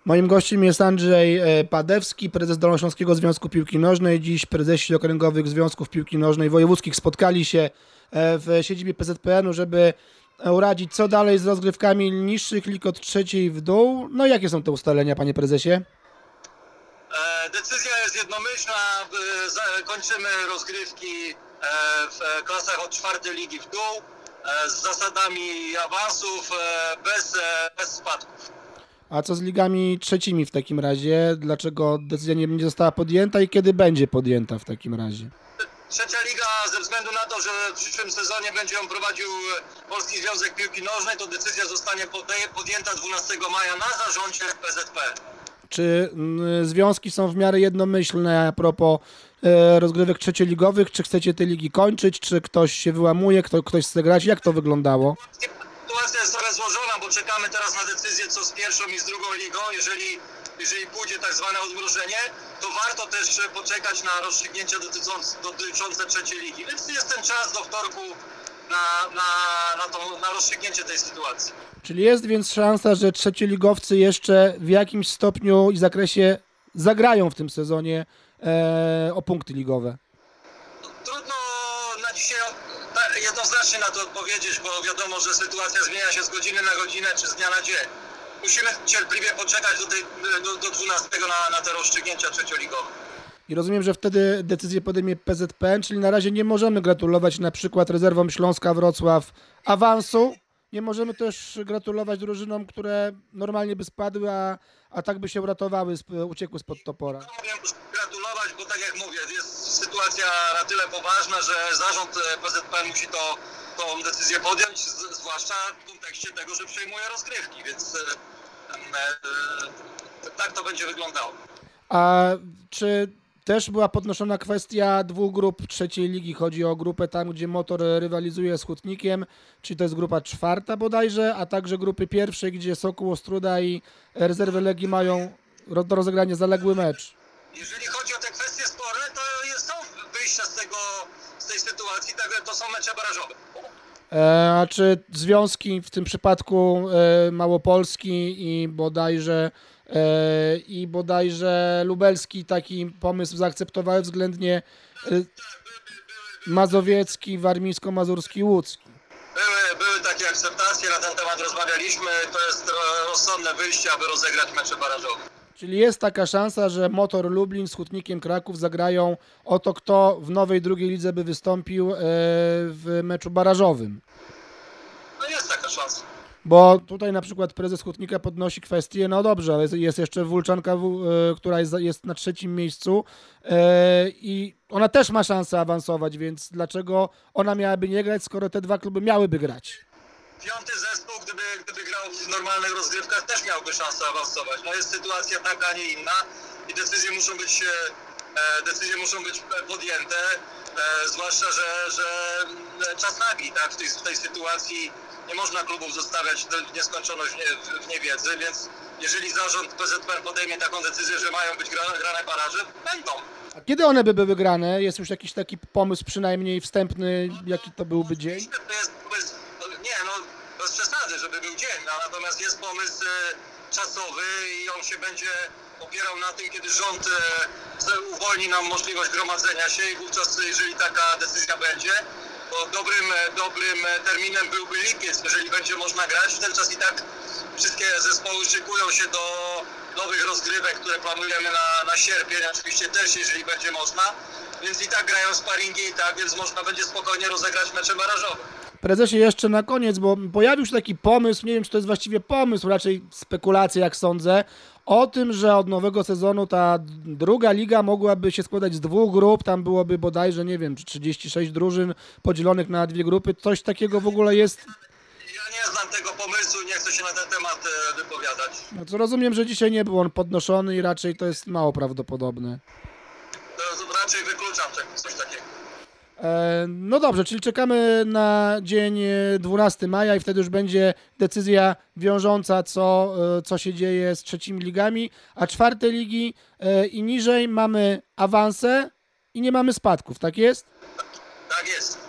Moim gościem jest Andrzej Padewski, prezes Dolnośląskiego Związku Piłki Nożnej. Dziś prezesi okręgowych związków piłki nożnej wojewódzkich spotkali się w siedzibie PZPN-u, żeby uradzić, co dalej z rozgrywkami niższych lig od trzeciej w dół. No i jakie są te ustalenia, panie prezesie? Decyzja jest jednomyślna. Kończymy rozgrywki w klasach od czwartej ligi w dół z zasadami awansów bez spadków. A co z ligami trzecimi w takim razie? Dlaczego decyzja nie została podjęta i kiedy będzie podjęta w takim razie? Trzecia liga, ze względu na to, że w przyszłym sezonie będzie ją prowadził Polski Związek Piłki Nożnej, to decyzja zostanie podjęta 12 maja na zarządzie PZP. Czy związki są w miarę jednomyślne a propos rozgrywek trzecioligowych? Czy chcecie te ligi kończyć? Czy ktoś się wyłamuje? Ktoś chce grać? Jak to wyglądało? Sytuacja jest trochę złożona, bo czekamy teraz na decyzję, co z pierwszą i z drugą ligą. Jeżeli pójdzie tak zwane odmrożenie, to warto też poczekać na rozstrzygnięcia dotyczące trzeciej ligi. Więc jest ten czas do wtorku na rozstrzygnięcie tej sytuacji. Czyli jest więc szansa, że trzecioligowcy jeszcze w jakimś stopniu i zakresie zagrają w tym sezonie o punkty ligowe? Trudno na dzisiaj jednoznacznie na to odpowiedzieć, bo wiadomo, że sytuacja zmienia się z godziny na godzinę czy z dnia na dzień. Musimy cierpliwie poczekać do 12 na te rozstrzygnięcia trzecioligowe. I rozumiem, że wtedy decyzję podejmie PZPN, czyli na razie nie możemy gratulować na przykład rezerwom Śląska Wrocław awansu. Nie możemy też gratulować drużynom, które normalnie by spadły, a tak by się uratowały, uciekły spod topora. No, mogę gratulować, bo tak jak mówię, jest sytuacja na tyle poważna, że zarząd PZPN musi tą decyzję podjąć, zwłaszcza w kontekście tego, że przejmuje rozgrywki, więc tak to będzie wyglądało. A czy też była podnoszona kwestia dwóch grup trzeciej ligi? Chodzi o grupę tam, gdzie Motor rywalizuje z Hutnikiem, czyli to jest grupa czwarta bodajże, a także grupy pierwszej, gdzie Sokół Ostróda i rezerwy Legii mają do rozegrania zaległy mecz. Jeżeli chodzi o te kwestie sporne, to są wyjścia z tej sytuacji, także to są mecze barażowe. A czy związki, w tym przypadku Małopolski i bodajże Lubelski taki pomysł zaakceptowały względnie mazowiecki, warmińsko-mazurski, łódzki? Były takie akceptacje, na ten temat rozmawialiśmy, to jest rozsądne wyjście, aby rozegrać mecze barażowe. Czyli jest taka szansa, że Motor Lublin z Hutnikiem Kraków zagrają o to, kto w nowej drugiej lidze by wystąpił w meczu barażowym. No jest taka szansa. Bo tutaj na przykład prezes Hutnika podnosi kwestię, no dobrze, ale jest jeszcze Wólczanka, która jest na trzecim miejscu i ona też ma szansę awansować, więc dlaczego ona miałaby nie grać, skoro te dwa kluby miałyby grać? Piąty zespół, gdyby grał w normalnych rozgrywkach, też miałby szansę awansować. No jest sytuacja taka, a nie inna i decyzje muszą być podjęte, zwłaszcza, że czas nagli, tak? W tej sytuacji nie można klubów zostawiać w nieskończoność w niewiedzy, więc jeżeli zarząd PZPN podejmie taką decyzję, że mają być grane baraże, będą. A kiedy one by były grane? Jest już jakiś taki pomysł przynajmniej wstępny, jaki to byłby dzień? Bez przesady, żeby był dzień, natomiast jest pomysł czasowy i on się będzie opierał na tym, kiedy rząd uwolni nam możliwość gromadzenia się i wówczas, jeżeli taka decyzja będzie, to dobrym terminem byłby lipiec, jeżeli będzie można grać. W ten czas i tak wszystkie zespoły szykują się do nowych rozgrywek, które planujemy na sierpień, oczywiście też, jeżeli będzie można, więc i tak grają sparingi i tak, więc można będzie spokojnie rozegrać mecze barażowe. Prezesie, jeszcze na koniec, bo pojawił się taki pomysł, nie wiem, czy to jest właściwie pomysł, raczej spekulacja, jak sądzę, o tym, że od nowego sezonu ta druga liga mogłaby się składać z dwóch grup, tam byłoby bodajże, nie wiem, czy 36 drużyn podzielonych na dwie grupy, coś takiego w ogóle jest? Ja nie znam tego pomysłu i nie chcę się na ten temat wypowiadać. No to rozumiem, że dzisiaj nie był on podnoszony i raczej to jest mało prawdopodobne. To raczej wykluczam coś takiego. No dobrze, czyli czekamy na dzień 12 maja i wtedy już będzie decyzja wiążąca, co się dzieje z trzecimi ligami, a czwarte ligi i niżej mamy awanse i nie mamy spadków, tak jest? Tak jest.